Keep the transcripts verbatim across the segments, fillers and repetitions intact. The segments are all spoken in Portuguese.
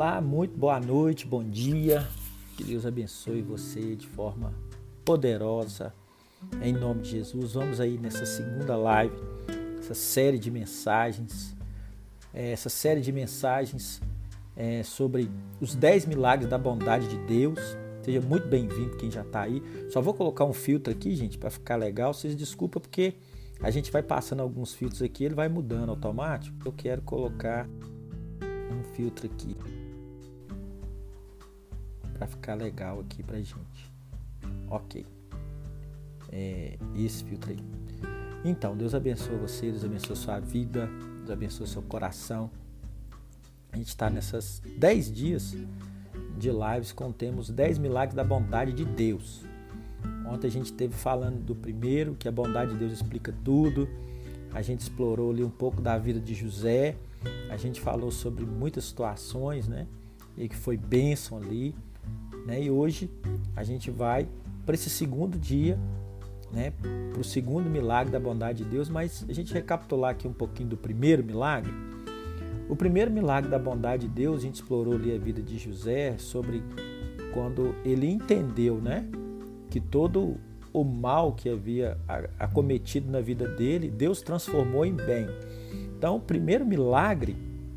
Olá, muito boa noite, bom dia. Que Deus abençoe você de forma poderosa. Em nome de Jesus, vamos aí nessa segunda live, essa série de mensagens, essa série de mensagens é, sobre os dez milagres da bondade de Deus. Seja muito bem-vindo quem já está aí. Só vou colocar um filtro aqui, gente, para ficar legal. Vocês desculpem porque a gente vai passando alguns filtros aqui, ele vai mudando automático. Eu quero colocar um filtro aqui para ficar legal aqui pra gente. Ok. É, esse filtro aí. Então, Deus abençoe você, Deus abençoe sua vida, Deus abençoe seu coração. A gente está nessas dez dias de lives, contemos dez milagres da bondade de Deus. Ontem a gente esteve falando do primeiro, que a bondade de Deus explica tudo. A gente explorou ali um pouco da vida de José. A gente falou sobre muitas situações, né? E que foi bênção ali, né? E hoje a gente vai para esse segundo dia, né? Para o segundo milagre da bondade de Deus. Mas a gente recapitular aqui um pouquinho do primeiro milagre. O primeiro milagre da bondade de Deus, a gente explorou ali a vida de José, sobre quando ele entendeu, né? Que todo o mal que havia acometido na vida dele, Deus transformou em bem. Então, o primeiro milagre,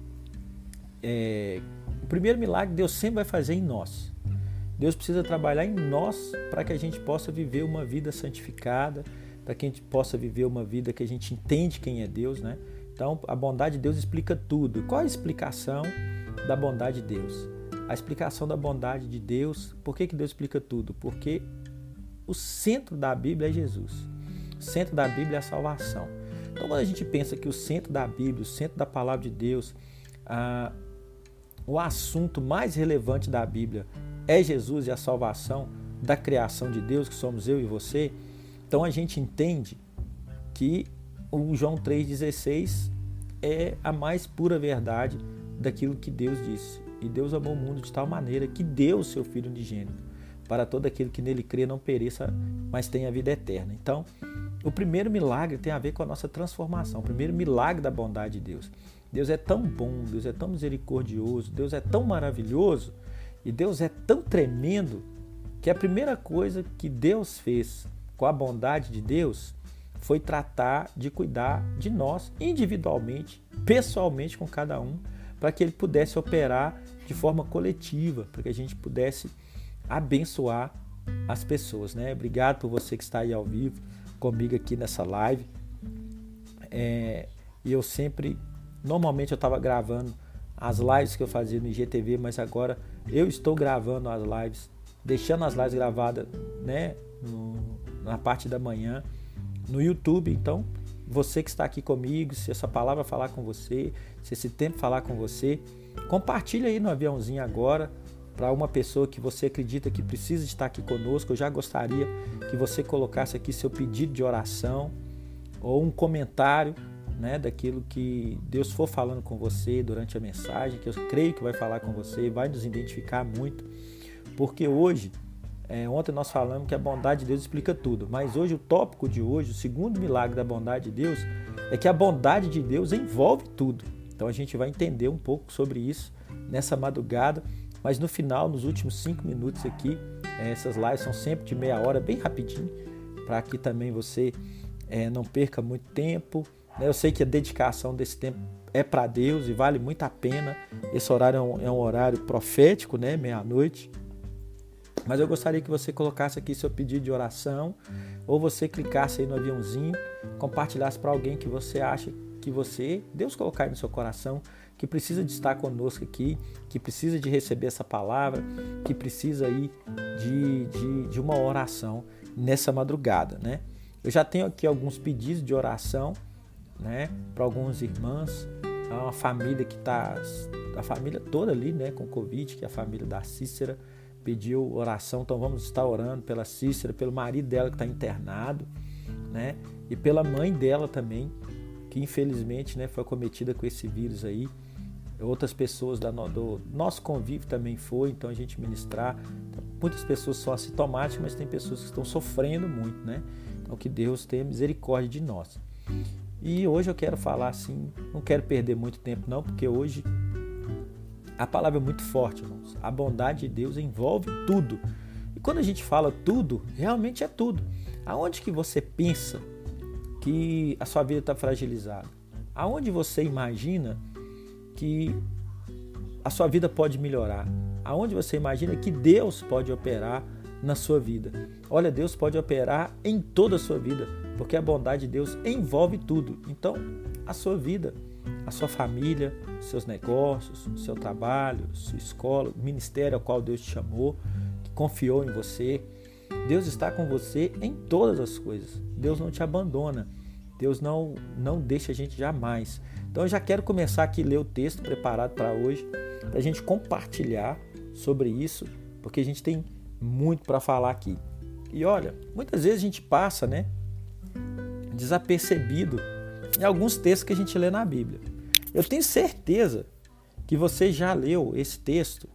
é, o primeiro milagre Deus sempre vai fazer em nós. Deus precisa trabalhar em nós para que a gente possa viver uma vida santificada, para que a gente possa viver uma vida que a gente entende quem é Deus, né? Então, a bondade de Deus explica tudo. Qual a explicação da bondade de Deus? A explicação da bondade de Deus, por que que Deus explica tudo? Porque o centro da Bíblia é Jesus. O centro da Bíblia é a salvação. Então, quando a gente pensa que o centro da Bíblia, o centro da palavra de Deus, ah, o assunto mais relevante da Bíblia é Jesus e a salvação da criação de Deus, que somos eu e você, então a gente entende que o João três dezesseis é a mais pura verdade daquilo que Deus disse. E Deus amou o mundo de tal maneira que deu o seu Filho unigênito, para todo aquele que nele crê não pereça, mas tenha a vida eterna. Então, o primeiro milagre tem a ver com a nossa transformação, o primeiro milagre da bondade de Deus. Deus é tão bom, Deus é tão misericordioso, Deus é tão maravilhoso e Deus é tão tremendo que a primeira coisa que Deus fez com a bondade de Deus foi tratar de cuidar de nós individualmente, pessoalmente com cada um, para que Ele pudesse operar de forma coletiva, para que a gente pudesse abençoar as pessoas, né? Obrigado por você que está aí ao vivo comigo aqui nessa live. É, e eu sempre, normalmente eu estava gravando as lives que eu fazia no I G T V, mas agora eu estou gravando as lives, deixando as lives gravadas, né, no, na parte da manhã no YouTube. Então, você que está aqui comigo, se essa palavra falar com você, se esse tempo falar com você, compartilha aí no aviãozinho agora para uma pessoa que você acredita que precisa estar aqui conosco. Eu já gostaria que você colocasse aqui seu pedido de oração ou um comentário, né, daquilo que Deus for falando com você durante a mensagem, que eu creio que vai falar com você, vai nos identificar muito, porque hoje, é, ontem nós falamos que a bondade de Deus explica tudo, mas hoje o tópico de hoje, o segundo milagre da bondade de Deus, é que a bondade de Deus envolve tudo. Então a gente vai entender um pouco sobre isso nessa madrugada, mas no final, nos últimos cinco minutos aqui, essas lives são sempre de meia hora, bem rapidinho, para que também você é, não perca muito tempo. Eu sei que a dedicação desse tempo é para Deus e vale muito a pena. Esse horário é um, é um horário profético, né? Meia-noite. Mas eu gostaria que você colocasse aqui seu pedido de oração, ou você clicasse aí no aviãozinho, compartilhasse para alguém que você acha que você, Deus colocar aí no seu coração, que precisa de estar conosco aqui, que precisa de receber essa palavra, que precisa aí de, de, de uma oração nessa madrugada, né? Eu já tenho aqui alguns pedidos de oração, né, para algumas irmãs, uma família que está, a família toda ali, né, com Covid, que é a família da Cícera, pediu oração, então vamos estar orando pela Cícera, pelo marido dela que está internado, né, e pela mãe dela também, que infelizmente, né, foi acometida com esse vírus aí. Outras pessoas da, do nosso convívio também foi, então a gente ministrar. Muitas pessoas são assintomáticas, mas tem pessoas que estão sofrendo muito, né? Então que Deus tenha misericórdia de nós. E hoje eu quero falar assim, não quero perder muito tempo não, porque hoje A palavra é muito forte, irmãos. A bondade de Deus envolve tudo. E quando a gente fala tudo, realmente é tudo. Aonde que você pensa que a sua vida está fragilizada? Aonde você imagina que a sua vida pode melhorar? Aonde você imagina que Deus pode operar na sua vida? Olha, Deus pode operar em toda a sua vida, porque a bondade de Deus envolve tudo. Então, a sua vida, a sua família, seus negócios, o seu trabalho, sua escola, o ministério ao qual Deus te chamou, que confiou em você. Deus está com você em todas as coisas. Deus não te abandona. Deus não, não deixa a gente jamais. Então eu já quero começar aqui a ler o texto preparado para hoje, para a gente compartilhar sobre isso, porque a gente tem muito para falar aqui. E olha, muitas vezes a gente passa, né, desapercebido em alguns textos que a gente lê na Bíblia. Eu tenho certeza que você já leu esse texto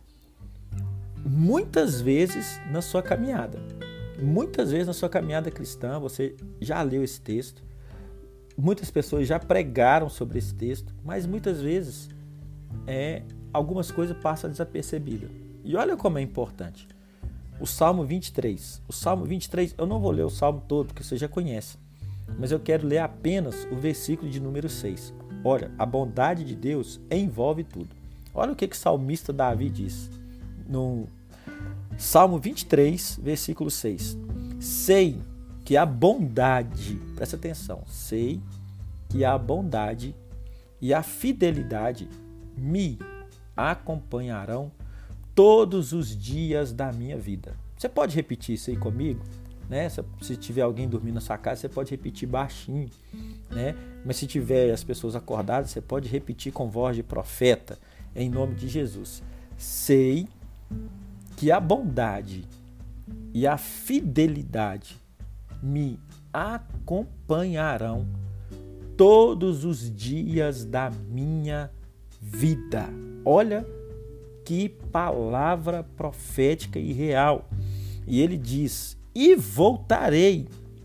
muitas vezes na sua caminhada. Muitas vezes na sua caminhada cristã você já leu esse texto. Muitas pessoas já pregaram sobre esse texto, mas muitas vezes é, algumas coisas passam desapercebidas. E olha como é importante. O Salmo vinte e três. O Salmo vinte e três, eu não vou ler o Salmo todo, porque você já conhece. Mas eu quero ler apenas o versículo de número seis. Olha, a bondade de Deus envolve tudo. Olha o que, que o salmista Davi diz. No Salmo vinte e três, versículo seis. Sei que a bondade, presta atenção, sei que a bondade e a fidelidade me acompanharão todos os dias da minha vida. Você pode repetir isso aí comigo? Né? Se tiver alguém dormindo na sua casa, você pode repetir baixinho, né? Mas se tiver as pessoas acordadas, você pode repetir com voz de profeta, em nome de Jesus. Sei que a bondade e a fidelidade me acompanharão todos os dias da minha vida. Olha que palavra profética e real. E ele diz: e voltarei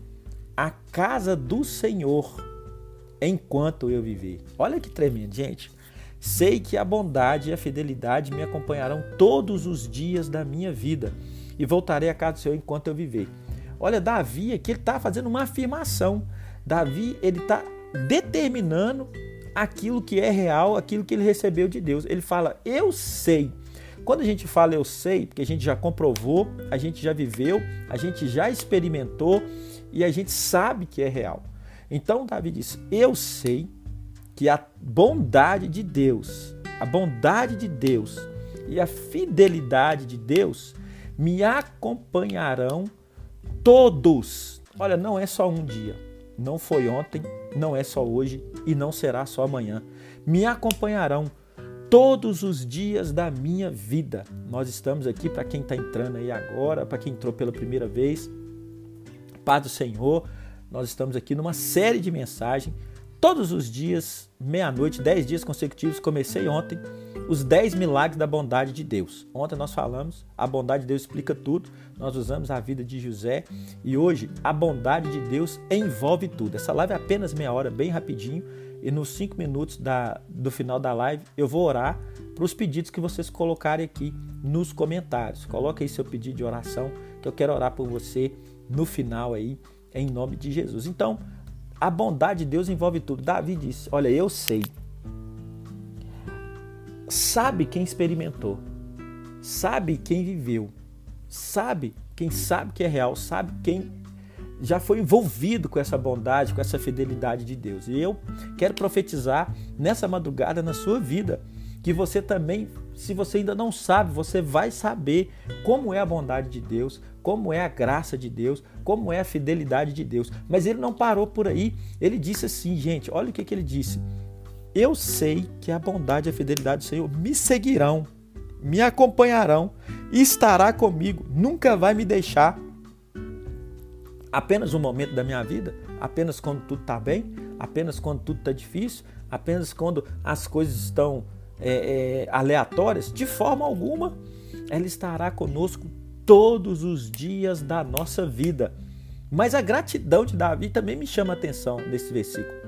à casa do Senhor enquanto eu viver. Olha que tremendo, gente. Sei que a bondade e a fidelidade me acompanharão todos os dias da minha vida e voltarei à casa do Senhor enquanto eu viver. Olha, Davi aqui ele está fazendo uma afirmação. Davi ele está determinando aquilo que é real, aquilo que ele recebeu de Deus. Ele fala, eu sei. Quando a gente fala eu sei, porque a gente já comprovou, a gente já viveu, a gente já experimentou e a gente sabe que é real. Então Davi diz, eu sei que a bondade de Deus, a bondade de Deus e a fidelidade de Deus me acompanharão todos. Olha, não é só um dia, não foi ontem, não é só hoje e não será só amanhã. Me acompanharão todos os dias da minha vida. Nós estamos aqui, para quem está entrando aí agora, para quem entrou pela primeira vez, Paz do Senhor, nós estamos aqui numa série de mensagens, todos os dias, meia-noite, dez dias consecutivos. Comecei ontem, os dez milagres da bondade de Deus. Ontem nós falamos, a bondade de Deus explica tudo. Nós usamos a vida de José e hoje a bondade de Deus envolve tudo. Essa live é apenas meia hora, bem rapidinho. E nos cinco minutos da, do final da live eu vou orar para os pedidos que vocês colocarem aqui nos comentários. Coloca aí seu pedido de oração que eu quero orar por você no final aí, em nome de Jesus. Então, a bondade de Deus envolve tudo. Davi disse, olha, eu sei. Sabe quem experimentou, sabe quem viveu, sabe quem sabe que é real, sabe quem já foi envolvido com essa bondade, com essa fidelidade de Deus. E eu quero profetizar nessa madrugada na sua vida, que você também, se você ainda não sabe, você vai saber como é a bondade de Deus, como é a graça de Deus, como é a fidelidade de Deus. Mas ele não parou por aí, ele disse assim, gente, olha o que, que ele disse. Eu sei que a bondade e a fidelidade do Senhor me seguirão, me acompanharão e estará comigo, nunca vai me deixar. Apenas um momento da minha vida, apenas quando tudo está bem, apenas quando tudo está difícil, apenas quando as coisas estão é, é, aleatórias, de forma alguma, ela estará conosco todos os dias da nossa vida. Mas a gratidão de Davi também me chama a atenção nesse versículo.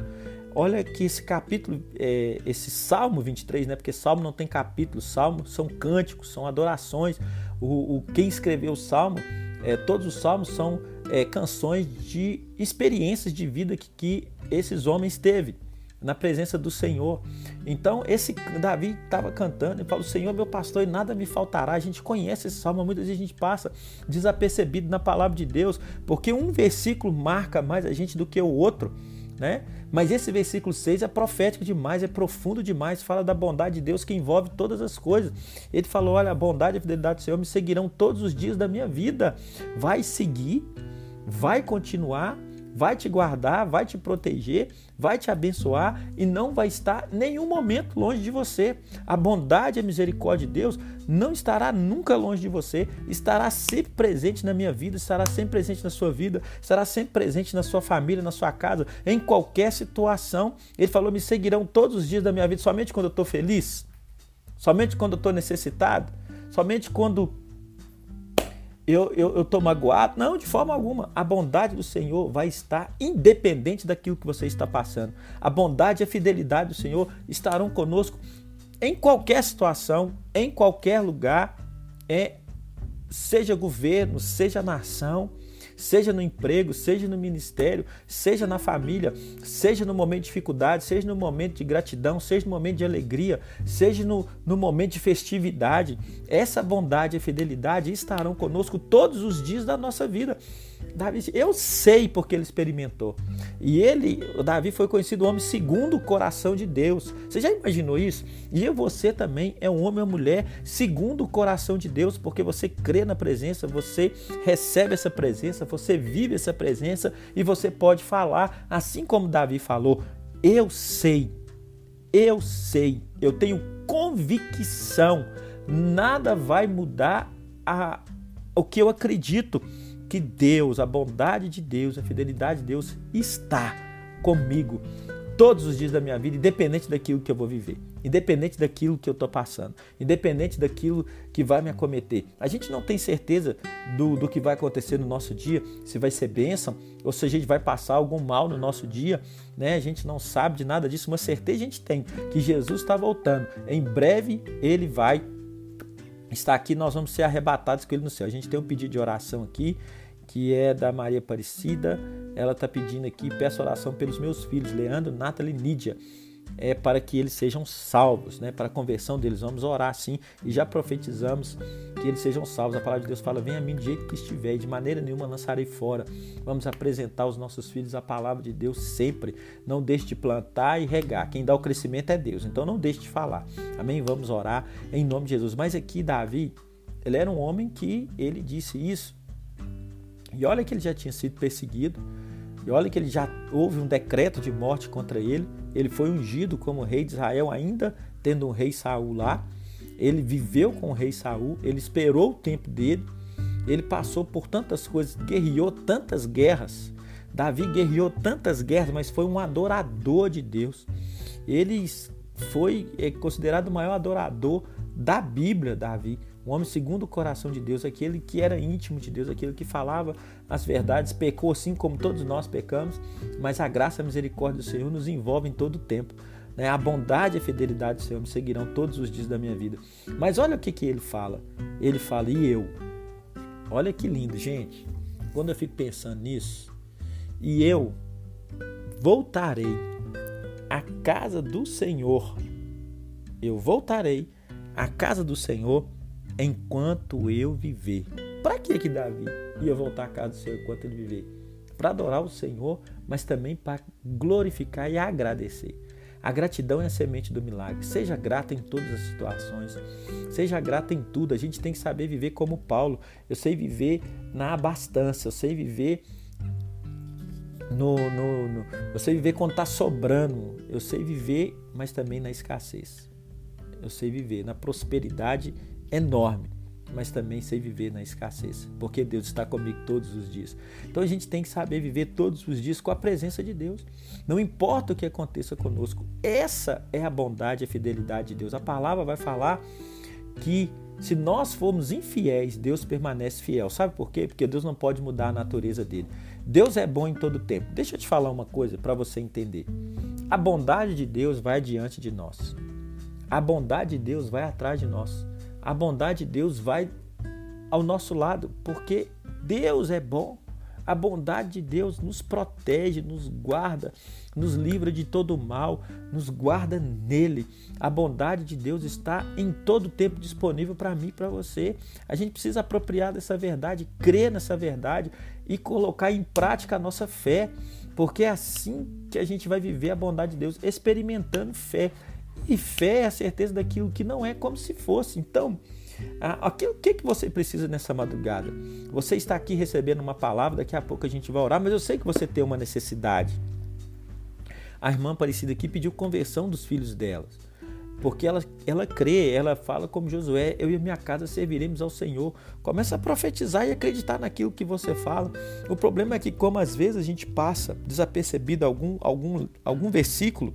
Olha que esse capítulo, é, esse Salmo vinte e três, né? Porque Salmo não tem capítulo, Salmo são cânticos, são adorações. O, o, quem escreveu o Salmo, é, todos os Salmos são é, canções de experiências de vida que, que esses homens teve na presença do Senhor. Então, esse Davi estava cantando e falou: Senhor, meu pastor, e nada me faltará. A gente conhece esse salmo, muitas vezes a gente passa desapercebido na palavra de Deus, porque um versículo marca mais a gente do que o outro, né? Mas esse versículo seis é profético demais, é profundo demais, fala da bondade de Deus que envolve todas as coisas. Ele falou: olha, a bondade e a fidelidade do Senhor me seguirão todos os dias da minha vida. Vai seguir, vai continuar, vai te guardar, vai te proteger, vai te abençoar e não vai estar nenhum momento longe de você. A bondade e a misericórdia de Deus não estará nunca longe de você, estará sempre presente na minha vida, estará sempre presente na sua vida, estará sempre presente na sua família, na sua casa, em qualquer situação. Ele falou: me seguirão todos os dias da minha vida, somente quando eu estou feliz, somente quando eu estou necessitado, somente quando eu eu estou magoado. Não, de forma alguma. A bondade do Senhor vai estar independente daquilo que você está passando. A bondade e a fidelidade do Senhor estarão conosco em qualquer situação, em qualquer lugar, é, seja governo, seja nação, seja no emprego, seja no ministério, seja na família, seja no momento de dificuldade, seja no momento de gratidão, seja no momento de alegria, seja no, no momento de festividade. Essa bondade e fidelidade estarão conosco todos os dias da nossa vida. Davi, eu sei porque ele experimentou. E ele, o Davi, foi conhecido homem segundo o coração de Deus. Você já imaginou isso? E você também é um homem ou mulher segundo o coração de Deus, porque você crê na presença, você recebe essa presença, você vive essa presença e você pode falar, assim como Davi falou: eu sei, eu sei, eu tenho convicção, nada vai mudar a, o que eu acredito, que Deus, a bondade de Deus, a fidelidade de Deus está comigo todos os dias da minha vida, independente daquilo que eu vou viver, independente daquilo que eu estou passando, independente daquilo que vai me acometer. A gente não tem certeza do, do que vai acontecer no nosso dia, se vai ser bênção ou se a gente vai passar algum mal no nosso dia, né? A gente não sabe de nada disso. Uma certeza a gente tem, que Jesus está voltando. Em breve ele vai estar aqui, nós vamos ser arrebatados com ele no céu. A gente tem um pedido de oração aqui, que é da Maria Aparecida. Ela está pedindo aqui: peço oração pelos meus filhos, Leandro, Nathalie e Nídia, é, para que eles sejam salvos, né, para a conversão deles. Vamos orar sim, e já profetizamos que eles sejam salvos. A palavra de Deus fala: venha a mim do jeito que estiver, e de maneira nenhuma lançarei fora. Vamos apresentar aos nossos filhos a palavra de Deus sempre. Não deixe de plantar e regar. Quem dá o crescimento é Deus, então não deixe de falar. Amém? Vamos orar em nome de Jesus. Mas aqui Davi, ele era um homem que ele disse isso, e olha que ele já tinha sido perseguido, e olha que ele já houve um decreto de morte contra ele. Ele foi ungido como rei de Israel, ainda tendo um rei Saul lá. Ele viveu com o rei Saul, ele esperou o tempo dele, ele passou por tantas coisas, guerreou tantas guerras. Davi guerreou tantas guerras, mas foi um adorador de Deus. Ele foi considerado o maior adorador da Bíblia, Davi. Um homem segundo o coração de Deus, aquele que era íntimo de Deus, aquele que falava as verdades, pecou assim como todos nós pecamos, mas a graça e a misericórdia do Senhor nos envolve em todo o tempo. Né? A bondade e a fidelidade do Senhor me seguirão todos os dias da minha vida. Mas olha o que, que ele fala. Ele fala: e eu? Olha que lindo, gente. Quando eu fico pensando nisso, e eu voltarei à casa do Senhor. Eu voltarei à casa do Senhor enquanto eu viver. Para que que Davi ia voltar à casa do Senhor enquanto ele viver? Para adorar o Senhor, mas também para glorificar e agradecer. A gratidão é a semente do milagre. Seja grato em todas as situações. Seja grato em tudo. A gente tem que saber viver como Paulo. Eu sei viver na abastança. Eu sei viver no, no, no eu sei viver quando está sobrando. Eu sei viver, mas também na escassez. Eu sei viver na prosperidade enorme, mas também sei viver na escassez, porque Deus está comigo todos os dias. Então a gente tem que saber viver todos os dias com a presença de Deus. Não importa o que aconteça conosco. Essa é a bondade e a fidelidade de Deus. A palavra vai falar que se nós formos infiéis, Deus permanece fiel. Sabe por quê? Porque Deus não pode mudar a natureza dele. Deus é bom em todo tempo. Deixa eu te falar uma coisa para você entender. A bondade de Deus vai adiante de nós. A bondade de Deus vai atrás de nós. A bondade de Deus vai ao nosso lado, porque Deus é bom. A bondade de Deus nos protege, nos guarda, nos livra de todo mal, nos guarda nele. A bondade de Deus está em todo tempo disponível para mim e para você. A gente precisa apropriar dessa verdade, crer nessa verdade e colocar em prática a nossa fé, porque é assim que a gente vai viver a bondade de Deus, experimentando fé. E fé é a certeza daquilo que não é como se fosse. Então, o que, que você precisa nessa madrugada? Você está aqui recebendo uma palavra, daqui a pouco a gente vai orar, mas eu sei que você tem uma necessidade. A irmã Aparecida aqui pediu conversão dos filhos delas, porque ela, ela crê, ela fala como Josué: eu e a minha casa serviremos ao Senhor. Começa a profetizar e acreditar naquilo que você fala. O problema é que, como às vezes a gente passa desapercebido algum, algum, algum versículo,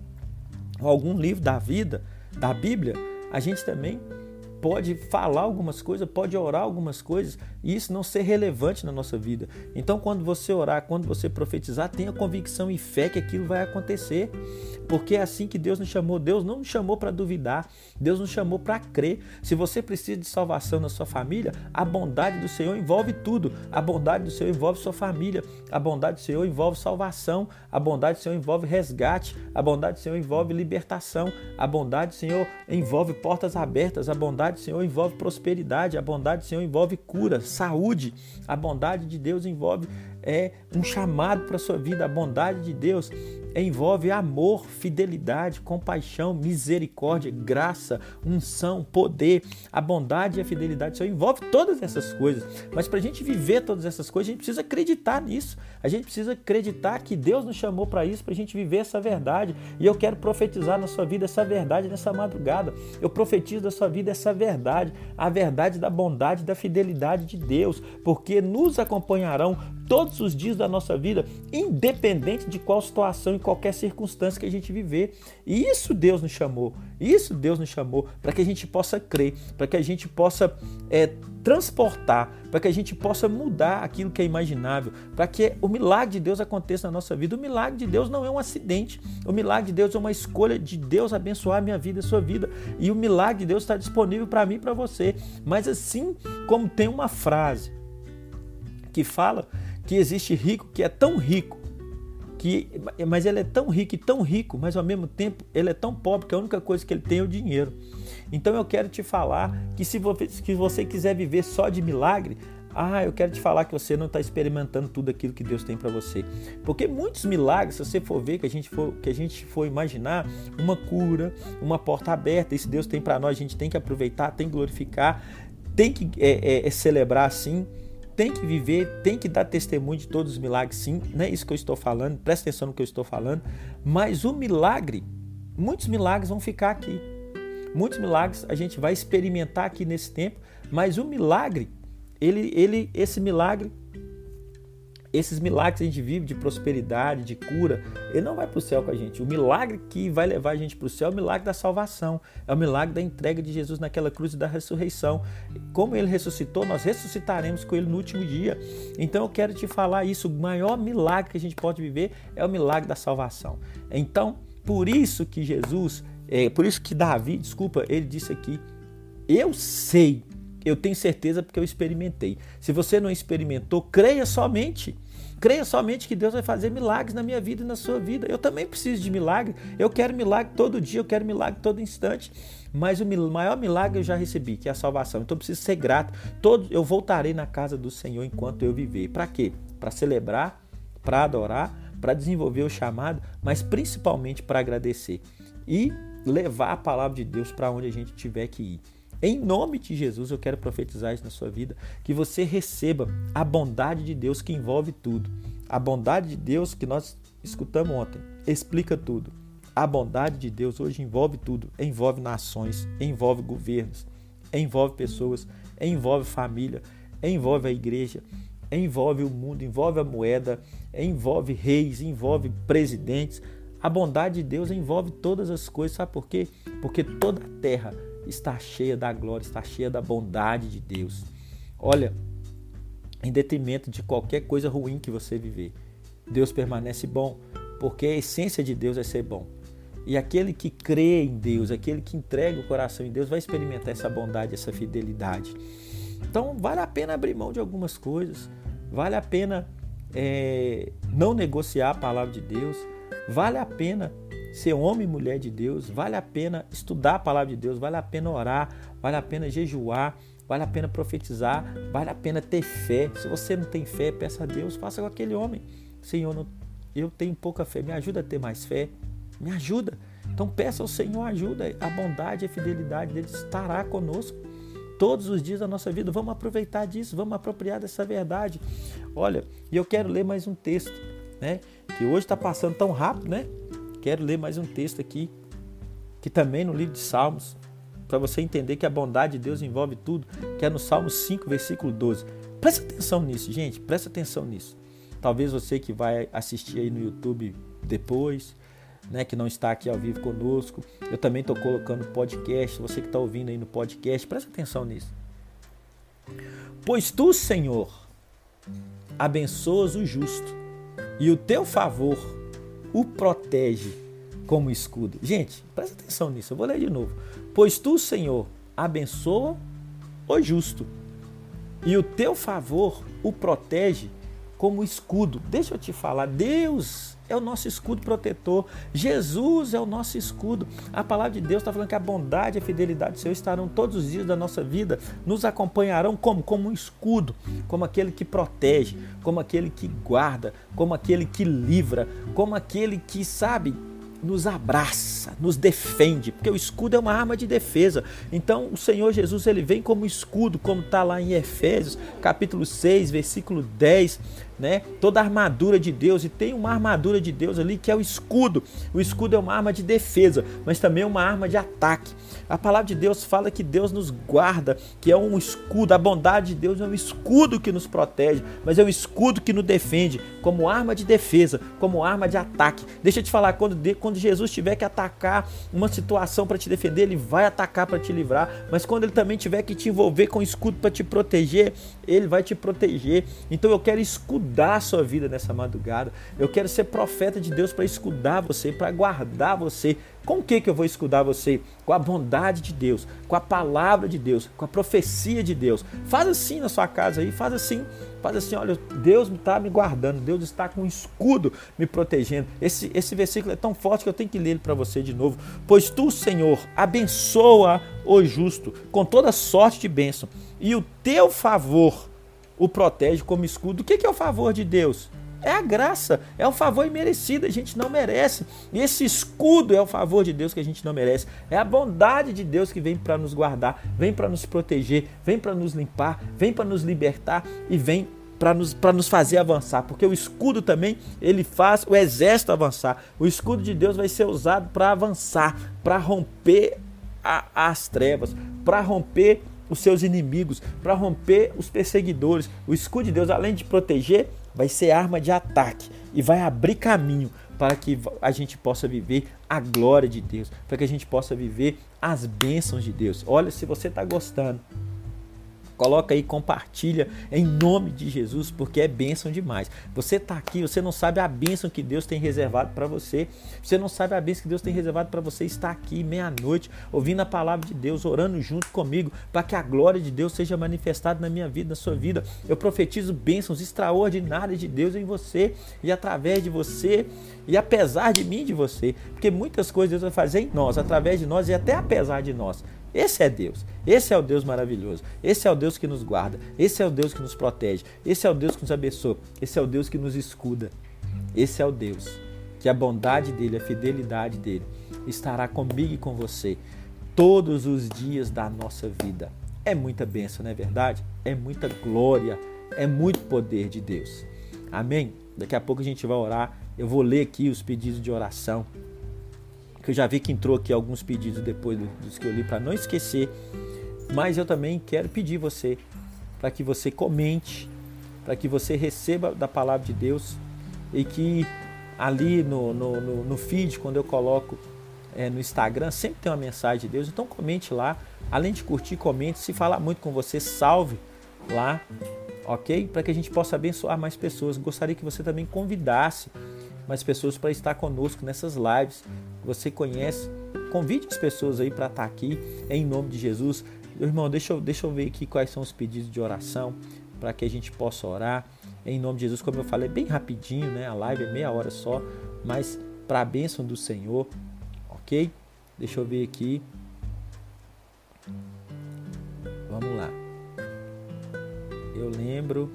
algum livro da vida, da Bíblia, a gente também pode falar algumas coisas, pode orar algumas coisas e isso não ser relevante na nossa vida. Então, quando você orar, quando você profetizar, tenha convicção e fé que aquilo vai acontecer, porque é assim que Deus nos chamou. Deus não nos chamou para duvidar, Deus nos chamou para crer. Se você precisa de salvação na sua família, a bondade do Senhor envolve tudo. A bondade do Senhor envolve sua família, a bondade do Senhor envolve salvação, a bondade do Senhor envolve resgate, a bondade do Senhor envolve libertação, a bondade do Senhor envolve portas abertas, a bondade do Senhor envolve prosperidade, a bondade do Senhor envolve cura, saúde, a bondade de Deus envolve é, um chamado para a sua vida, a bondade de Deus envolve amor, fidelidade, compaixão, misericórdia, graça, unção, poder. A bondade e a fidelidade do Senhor envolve todas essas coisas, mas para a gente viver todas essas coisas, a gente precisa acreditar nisso, a gente precisa acreditar que Deus nos chamou para isso, para a gente viver essa verdade. E eu quero profetizar na sua vida essa verdade nessa madrugada. Eu profetizo na sua vida essa verdade, a verdade da bondade e da fidelidade de Deus, porque nos acompanharão todos os dias da nossa vida, independente de qual situação e qualquer circunstância que a gente viver. E isso Deus nos chamou, isso Deus nos chamou para que a gente possa crer, para que a gente possa é, transportar, para que a gente possa mudar aquilo que é imaginável, para que o milagre de Deus aconteça na nossa vida. O milagre de Deus não é um acidente, o milagre de Deus é uma escolha de Deus abençoar a minha vida e a sua vida, e o milagre de Deus está disponível para mim e para você. Mas assim como tem uma frase que fala que existe rico que é tão rico, que, mas ele é tão rico e tão rico, mas ao mesmo tempo ele é tão pobre que a única coisa que ele tem é o dinheiro. Então eu quero te falar que se você, que você quiser viver só de milagre, ah, eu quero te falar que você não está experimentando tudo aquilo que Deus tem para você. Porque muitos milagres, se você for ver, que a gente for, que a gente for imaginar, uma cura, uma porta aberta, isso Deus tem para nós, a gente tem que aproveitar, tem que glorificar, tem que é, é, é celebrar assim, tem que viver, tem que dar testemunho de todos os milagres, sim, não é isso que eu estou falando, presta atenção no que eu estou falando, mas o milagre, muitos milagres vão ficar aqui, muitos milagres a gente vai experimentar aqui nesse tempo, mas o milagre, ele, ele, esse milagre, esses milagres que a gente vive de prosperidade, de cura, ele não vai para o céu com a gente. O milagre que vai levar a gente para o céu é o milagre da salvação, é o milagre da entrega de Jesus naquela cruz e da ressurreição. Como ele ressuscitou, nós ressuscitaremos com ele no último dia. Então eu quero te falar isso, o maior milagre que a gente pode viver é o milagre da salvação. Então, por isso que Jesus, é, por isso que Davi, desculpa, ele disse aqui, eu sei, eu tenho certeza porque eu experimentei. Se você não experimentou, creia somente. Creia somente que Deus vai fazer milagres na minha vida e na sua vida. Eu também preciso de milagre. Eu quero milagre todo dia, eu quero milagre todo instante. Mas o maior milagre eu já recebi, que é a salvação. Então eu preciso ser grato. Todo, eu voltarei na casa do Senhor enquanto eu viver. Para quê? Para celebrar, para adorar, para desenvolver o chamado, mas principalmente para agradecer. E levar a palavra de Deus para onde a gente tiver que ir. Em nome de Jesus, eu quero profetizar isso na sua vida, que você receba a bondade de Deus que envolve tudo. A bondade de Deus que nós escutamos ontem, explica tudo. A bondade de Deus hoje envolve tudo, envolve nações, envolve governos, envolve pessoas, envolve família, envolve a igreja, envolve o mundo, envolve a moeda, envolve reis, envolve presidentes. A bondade de Deus envolve todas as coisas, sabe por quê? Porque toda a terra está cheia da glória, está cheia da bondade de Deus. Olha, em detrimento de qualquer coisa ruim que você viver, Deus permanece bom, porque a essência de Deus é ser bom. E aquele que crê em Deus, aquele que entrega o coração em Deus, vai experimentar essa bondade, essa fidelidade. Então, vale a pena abrir mão de algumas coisas, vale a pena é, não negociar a palavra de Deus, vale a pena ser homem e mulher de Deus, vale a pena estudar a palavra de Deus, vale a pena orar, vale a pena jejuar, vale a pena profetizar, vale a pena ter fé. Se você não tem fé, peça a Deus, faça com aquele homem. Senhor, não, eu tenho pouca fé, me ajuda a ter mais fé, me ajuda. Então peça ao Senhor ajuda, a bondade e a fidelidade dele estará conosco todos os dias da nossa vida. Vamos aproveitar disso, vamos apropriar dessa verdade. Olha, e eu quero ler mais um texto, né? Que hoje está passando tão rápido, né? Quero ler mais um texto aqui, que também no livro de Salmos, para você entender que a bondade de Deus envolve tudo, que é no Salmo cinco, versículo doze. Presta atenção nisso, gente, presta atenção nisso. Talvez você que vai assistir aí no YouTube depois, né, que não está aqui ao vivo conosco, eu também estou colocando podcast, você que está ouvindo aí no podcast, presta atenção nisso. Pois tu, Senhor, abençoas o justo, e o teu favor o protege como escudo. Gente, presta atenção nisso, eu vou ler de novo. Pois tu, Senhor, abençoa o justo, e o teu favor o protege como escudo. Deixa eu te falar, Deus é o nosso escudo protetor, Jesus é o nosso escudo. A palavra de Deus está falando que a bondade e a fidelidade do Senhor estarão todos os dias da nossa vida, nos acompanharão como? Como um escudo, como aquele que protege, como aquele que guarda, como aquele que livra, como aquele que, sabe, nos abraça, nos defende, porque o escudo é uma arma de defesa. Então o Senhor Jesus, ele vem como escudo, como está lá em Efésios, capítulo seis, versículo dez, né? Toda a armadura de Deus, e tem uma armadura de Deus ali que é o escudo. O escudo é uma arma de defesa, mas também uma arma de ataque. A palavra de Deus fala que Deus nos guarda, que é um escudo. A bondade de Deus é um escudo que nos protege, mas é um escudo que nos defende, como arma de defesa, como arma de ataque. Deixa eu te falar, quando, quando Jesus tiver que atacar uma situação para te defender, ele vai atacar para te livrar, mas quando ele também tiver que te envolver com escudo para te proteger, ele vai te proteger. Então eu quero escudar a sua vida nessa madrugada, eu quero ser profeta de Deus para escudar você, para guardar você. Com o que que eu vou escudar você? Com a bondade de Deus, com a palavra de Deus, com a profecia de Deus. Faz assim na sua casa aí, faz assim, faz assim, olha, Deus está me guardando, Deus está com um escudo me protegendo. Esse, esse versículo é tão forte que eu tenho que ler ele para você de novo. Pois tu, Senhor, abençoa o justo com toda sorte de bênção, e o teu favor o protege como escudo. O que que é o favor de Deus? É a graça, é o favor imerecido, a gente não merece. E esse escudo é o favor de Deus que a gente não merece. É a bondade de Deus que vem para nos guardar, vem para nos proteger, vem para nos limpar, vem para nos libertar e vem para nos, para nos fazer avançar. Porque o escudo também, ele faz o exército avançar. O escudo de Deus vai ser usado para avançar, para romper a, as trevas, para romper os seus inimigos, para romper os perseguidores. O escudo de Deus, além de proteger, vai ser arma de ataque e vai abrir caminho para que a gente possa viver a glória de Deus, para que a gente possa viver as bênçãos de Deus. Olha, se você está gostando, coloca aí, compartilha em nome de Jesus, porque é bênção demais. Você está aqui, você não sabe a bênção que Deus tem reservado para você. Você não sabe a bênção que Deus tem reservado para você estar aqui meia-noite, ouvindo a palavra de Deus, orando junto comigo, para que a glória de Deus seja manifestada na minha vida, na sua vida. Eu profetizo bênçãos extraordinárias de Deus em você e através de você e apesar de mim e de você, porque muitas coisas Deus vai fazer em nós, através de nós e até apesar de nós. Esse é Deus, esse é o Deus maravilhoso, esse é o Deus que nos guarda, esse é o Deus que nos protege, esse é o Deus que nos abençoa, esse é o Deus que nos escuda, esse é o Deus que a bondade dele, a fidelidade dele estará comigo e com você todos os dias da nossa vida. É muita bênção, não é verdade? É muita glória, é muito poder de Deus. Amém? Daqui a pouco a gente vai orar, eu vou ler aqui os pedidos de oração, que eu já vi que entrou aqui alguns pedidos depois dos que eu li, para não esquecer, mas eu também quero pedir você, para que você comente, para que você receba da palavra de Deus, e que ali no, no, no, no feed, quando eu coloco é, no Instagram, sempre tem uma mensagem de Deus, então comente lá, além de curtir, comente, se falar muito com você, salve lá, ok? Para que a gente possa abençoar mais pessoas. Gostaria que você também convidasse mais pessoas para estar conosco nessas lives. Você conhece, convide as pessoas aí para estar aqui, em nome de Jesus. Irmão, deixa eu, deixa eu ver aqui quais são os pedidos de oração, para que a gente possa orar, em nome de Jesus. Como eu falei, bem rapidinho, né? A live é meia hora só, mas para a bênção do Senhor, ok? Deixa eu ver aqui. Vamos lá. Eu lembro.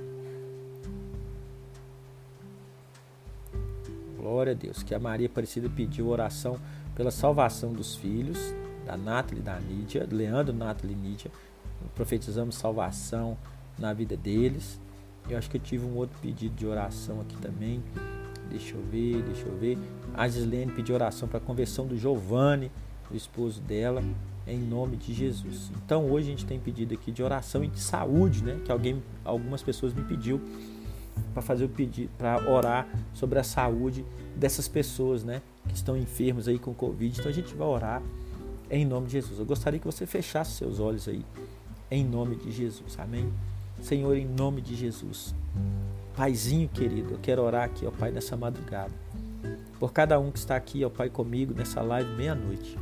Glória a Deus, que a Maria Aparecida pediu oração pela salvação dos filhos, da Nathalie e da Nídia, Leandro, Nathalie e Nídia. Profetizamos salvação na vida deles. Eu acho que eu tive um outro pedido de oração aqui também. Deixa eu ver, deixa eu ver. A Gislene pediu oração para a conversão do Giovanni, o esposo dela, em nome de Jesus. Então hoje a gente tem pedido aqui de oração e de saúde, né? Que alguém, algumas pessoas me pediu para fazer o pedido, para orar sobre a saúde dessas pessoas, né? Que estão enfermos aí com Covid. Então a gente vai orar em nome de Jesus. Eu gostaria que você fechasse seus olhos aí, em nome de Jesus. Amém? Senhor, em nome de Jesus. Paizinho querido, eu quero orar aqui, ó Pai, nessa madrugada, por cada um que está aqui, ó Pai, comigo nessa live meia-noite.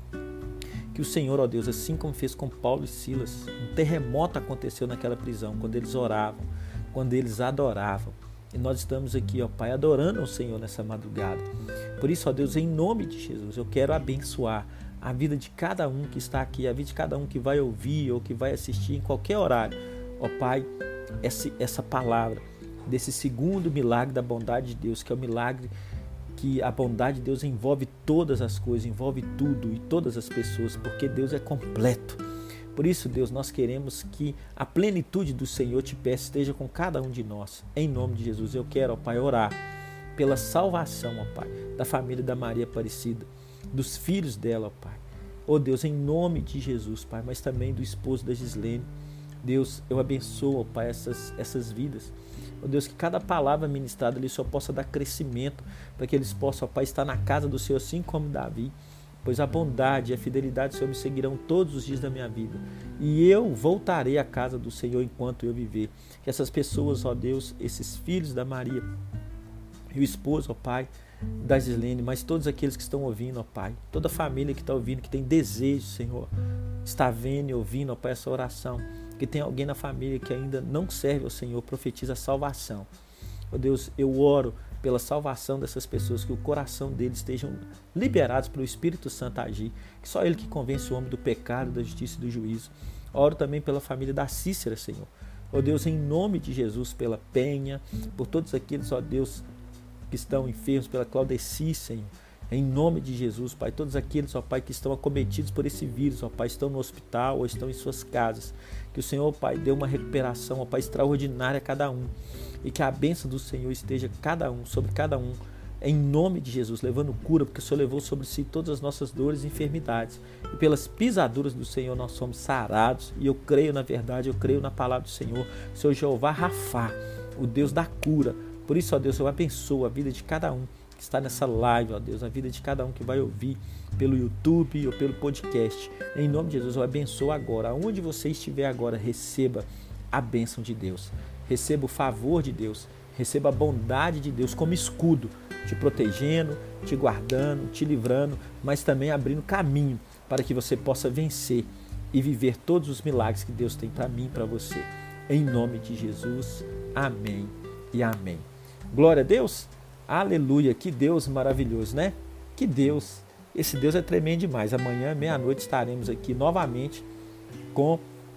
Que o Senhor, ó Deus, assim como fez com Paulo e Silas, um terremoto aconteceu naquela prisão, quando eles oravam, quando eles adoravam. E nós estamos aqui, ó Pai, adorando ao Senhor nessa madrugada. Por isso, ó Deus, em nome de Jesus, eu quero abençoar a vida de cada um que está aqui, a vida de cada um que vai ouvir ou que vai assistir em qualquer horário. Ó Pai, essa, essa palavra desse segundo milagre da bondade de Deus, que é o milagre que a bondade de Deus envolve todas as coisas, envolve tudo e todas as pessoas, porque Deus é completo. Por isso, Deus, nós queremos que a plenitude do Senhor te peça esteja com cada um de nós. Em nome de Jesus, eu quero, ó Pai, orar pela salvação, ó Pai, da família da Maria Aparecida, dos filhos dela, ó Pai. Ó Deus, em nome de Jesus, Pai, mas também do esposo da Gislene. Deus, eu abençoo, ó Pai, essas, essas vidas. Ó Deus, que cada palavra ministrada ali só possa dar crescimento, para que eles possam, ó Pai, estar na casa do Senhor, assim como Davi. Pois a bondade e a fidelidade do Senhor me seguirão todos os dias da minha vida. E eu voltarei à casa do Senhor enquanto eu viver. Que essas pessoas, ó Deus, esses filhos da Maria, e o esposo, ó Pai, da Gislene, mas todos aqueles que estão ouvindo, ó Pai, toda a família que está ouvindo, que tem desejo, Senhor, está vendo e ouvindo, ó Pai, essa oração. Que tem alguém na família que ainda não serve ao Senhor, profetiza a salvação. Ó Deus, eu oro pela salvação dessas pessoas, que o coração deles estejam liberados pelo Espírito Santo agir, que só Ele que convence o homem do pecado, da justiça e do juízo. Oro também pela família da Cícera, Senhor. Ó Deus, em nome de Jesus, pela Penha, por todos aqueles, ó Deus, que estão enfermos, pela Claudeci, Senhor. Em nome de Jesus, Pai, todos aqueles, ó Pai, que estão acometidos por esse vírus, ó Pai, estão no hospital ou estão em suas casas. Que o Senhor, ó Pai, dê uma recuperação, ó Pai, extraordinária a cada um. E que a bênção do Senhor esteja cada um, sobre cada um, em nome de Jesus, levando cura, porque o Senhor levou sobre si todas as nossas dores e enfermidades. E pelas pisaduras do Senhor nós somos sarados. E eu creio na verdade, eu creio na palavra do Senhor. O Senhor Jeová Rafá, o Deus da cura. Por isso, ó Deus, eu abençoo a vida de cada um que está nessa live, ó Deus, a vida de cada um que vai ouvir pelo YouTube ou pelo podcast. Em nome de Jesus, eu abençoo agora. Aonde você estiver agora, receba a bênção de Deus. Receba o favor de Deus. Receba a bondade de Deus como escudo, te protegendo, te guardando, te livrando, mas também abrindo caminho para que você possa vencer e viver todos os milagres que Deus tem para mim e para você. Em nome de Jesus. Amém e amém. Glória a Deus. Aleluia, que Deus maravilhoso, né? Que Deus, esse Deus é tremendo demais. Amanhã, meia-noite, estaremos aqui novamente com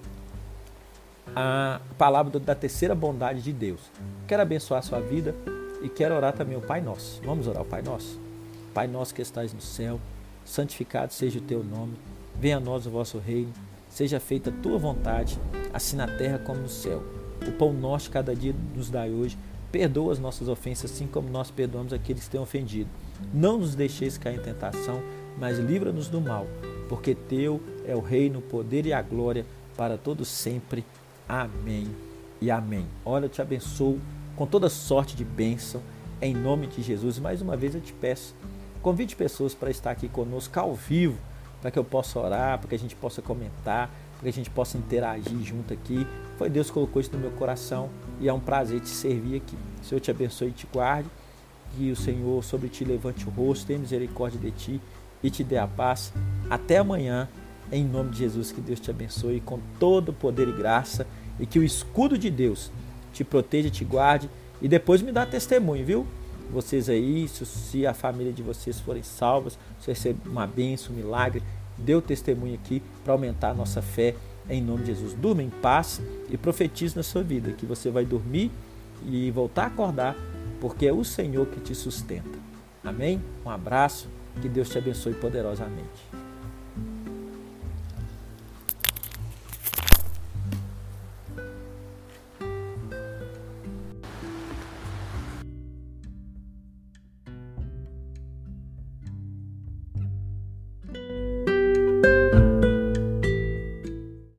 a palavra da terceira bondade de Deus. Quero abençoar a sua vida e quero orar também o Pai Nosso. Vamos orar o Pai Nosso? Pai nosso que estás no céu, santificado seja o teu nome. Venha a nós o vosso reino. Seja feita a tua vontade, assim na terra como no céu. O pão nosso cada dia nos dai hoje. Perdoa as nossas ofensas, assim como nós perdoamos aqueles que têm ofendido. Não nos deixeis cair em tentação, mas livra-nos do mal, porque teu é o reino, o poder e a glória para todos sempre. Amém e amém. Olha, eu te abençoo com toda sorte de bênção, em nome de Jesus. Mais uma vez eu te peço, convide pessoas para estar aqui conosco ao vivo, para que eu possa orar, para que a gente possa comentar, para que a gente possa interagir junto aqui. Foi Deus que colocou isso no meu coração e é um prazer te servir aqui. O Senhor te abençoe e te guarde. que o Senhor sobre ti levante o rosto, tenha misericórdia de ti e te dê a paz. Até amanhã, em nome de Jesus, que Deus te abençoe com todo poder e graça, e que o escudo de Deus te proteja, te guarde, e depois me dá testemunho, viu? Vocês aí, se a família de vocês forem salvas, se receber uma bênção, um milagre, dê o testemunho aqui para aumentar a nossa fé, em nome de Jesus. Durma em paz e profetize na sua vida que você vai dormir e voltar a acordar, porque é o Senhor que te sustenta. Amém? Um abraço, que Deus te abençoe poderosamente.